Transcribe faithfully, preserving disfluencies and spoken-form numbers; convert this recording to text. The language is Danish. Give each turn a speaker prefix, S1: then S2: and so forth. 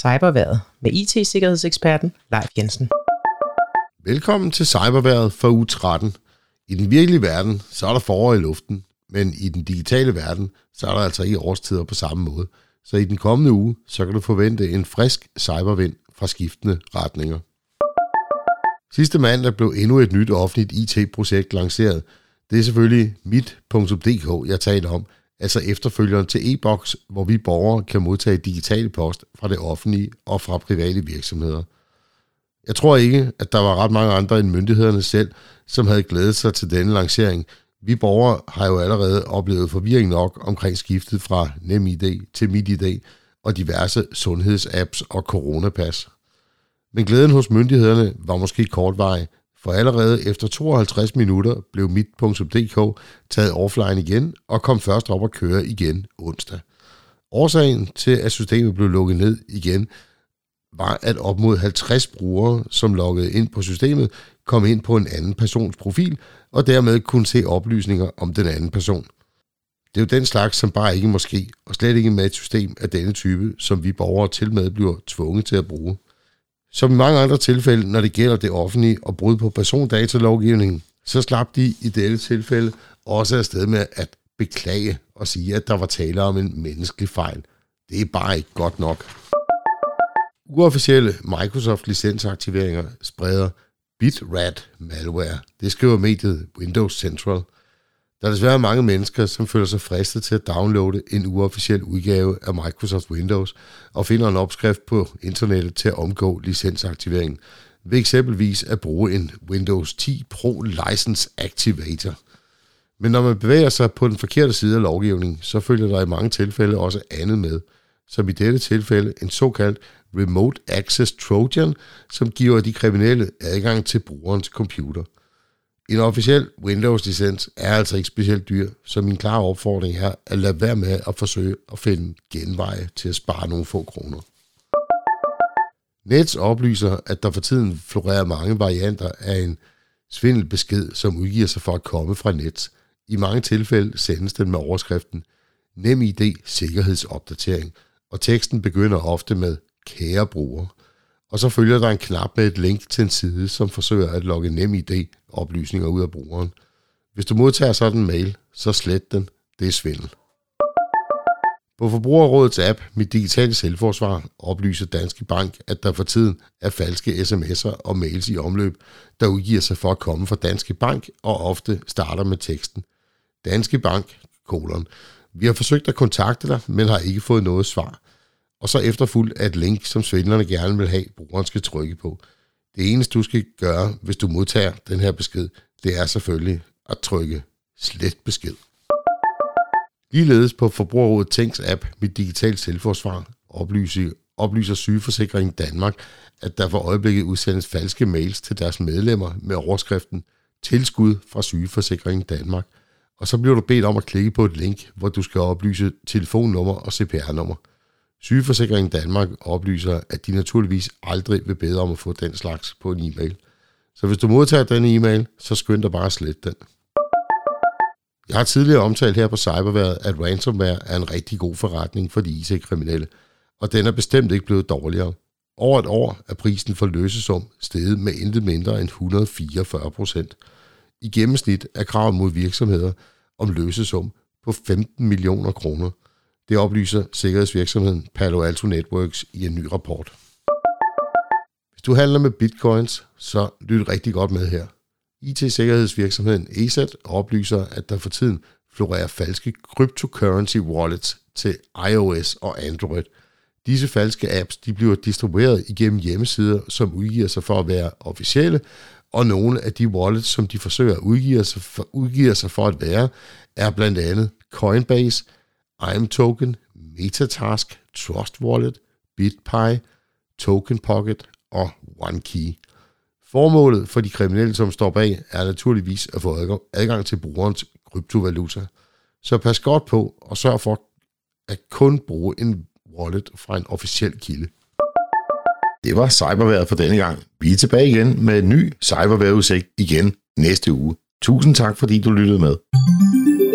S1: Cyberværet med I T-sikkerhedseksperten Leif Jensen.
S2: Velkommen til Cyberværet for uge tretten. I den virkelige verden, så er der forår i luften, men i den digitale verden, så er der altså ikke årstider på samme måde. Så i den kommende uge, så kan du forvente en frisk cybervind fra skiftende retninger. Sidste mandag blev endnu et nyt offentligt I T-projekt lanceret. Det er selvfølgelig mit punktum d k, jeg taler om, altså efterfølgeren til e-boks, hvor vi borgere kan modtage digitale post fra det offentlige og fra private virksomheder. Jeg tror ikke, at der var ret mange andre end myndighederne selv, som havde glædet sig til denne lancering. Vi borgere har jo allerede oplevet forvirring nok omkring skiftet fra NemID til MitID og diverse sundhedsapps og coronapas. Men glæden hos myndighederne var måske kortvarig, for allerede efter tooghalvtreds minutter blev mit punktum d k taget offline igen og kom først op at køre igen onsdag. Årsagen til, at systemet blev lukket ned igen, var, at op mod halvtreds brugere, som loggede ind på systemet, kom ind på en anden persons profil og dermed kunne se oplysninger om den anden person. Det er jo den slags, som bare ikke må ske, og slet ikke med et system af denne type, som vi borgere til med bliver tvunget til at bruge. Som i mange andre tilfælde, når det gælder det offentlige og brud på persondatalovgivningen, så slap de i dette tilfælde også afsted med at beklage og sige, at der var tale om en menneskelig fejl. Det er bare ikke godt nok. Uofficielle Microsoft-licensaktiveringer spreder Bitrat malware. Det skriver mediet Windows Central. Der er desværre mange mennesker, som føler sig fristet til at downloade en uofficiel udgave af Microsoft Windows og finder en opskrift på internettet til at omgå licensaktiveringen ved eksempelvis at bruge en Windows ti Pro License Activator. Men når man bevæger sig på den forkerte side af lovgivningen, så følger der i mange tilfælde også andet med, som i dette tilfælde en såkaldt Remote Access Trojan, som giver de kriminelle adgang til brugerens computer. En officiel Windows-licens er altså ikke specielt dyr, så min klare opfordring er at lade være med at forsøge at finde genveje til at spare nogle få kroner. Nets oplyser, at der for tiden florerer mange varianter af en svindelbesked, som udgiver sig for at komme fra Nets. I mange tilfælde sendes den med overskriften NemID sikkerhedsopdatering, og teksten begynder ofte med kære bruger. Og så følger der en knap med et link til en side, som forsøger at logge NemID-oplysninger ud af brugeren. Hvis du modtager sådan en mail, så slet den. Det er svindel. På Forbrugerrådets app Mit Digitale Selvforsvar oplyser Danske Bank, at der for tiden er falske sms'er og mails i omløb, der udgiver sig for at komme fra Danske Bank og ofte starter med teksten Danske Bank, kolon. Vi har forsøgt at kontakte dig, men har ikke fået noget svar. Og så efterfulgt af et link, som svindlerne gerne vil have, brugeren skal trykke på. Det eneste, du skal gøre, hvis du modtager den her besked, det er selvfølgelig at trykke slet besked. Ligeledes på Forbrugerrådet Tænks app Mit Digitalt Selvforsvar oplyser, oplyser Sygeforsikringen Danmark, at der for øjeblikket udsendes falske mails til deres medlemmer med overskriften Tilskud fra Sygeforsikringen Danmark. Og så bliver du bedt om at klikke på et link, hvor du skal oplyse telefonnummer og C P R-nummer. Sygeforsikringen Danmark oplyser, at de naturligvis aldrig vil bede om at få den slags på en e-mail. Så hvis du modtager denne e-mail, så skynd dig bare at slette den. Jeg har tidligere omtalt her på Cyberværet, at ransomware er en rigtig god forretning for de I T-kriminelle, og den er bestemt ikke blevet dårligere. Over et år er prisen for løsesum steget med intet mindre end et hundrede og fireogfyrre procent. I gennemsnit er kravet mod virksomheder om løsesum på femten millioner kroner. Det oplyser sikkerhedsvirksomheden Palo Alto Networks i en ny rapport. Hvis du handler med bitcoins, så lyt rigtig godt med her. I T-sikkerhedsvirksomheden E S E T oplyser, at der for tiden florerer falske cryptocurrency wallets til iOS og Android. Disse falske apps de bliver distribueret igennem hjemmesider, som udgiver sig for at være officielle, og nogle af de wallets, som de forsøger at udgive sig for, udgiver sig for at være, er blandt andet Coinbase, IMToken, Metatask, Trust Wallet, BitPay, Token Pocket og OneKey. Formålet for de kriminelle, som står bag, er naturligvis at få adgang til brugerens kryptovaluta. Så pas godt på og sørg for at kun bruge en wallet fra en officiel kilde. Det var Cyberværet for denne gang. Vi er tilbage igen med en ny Cyberværetudsigt igen næste uge. Tusind tak, fordi du lyttede med.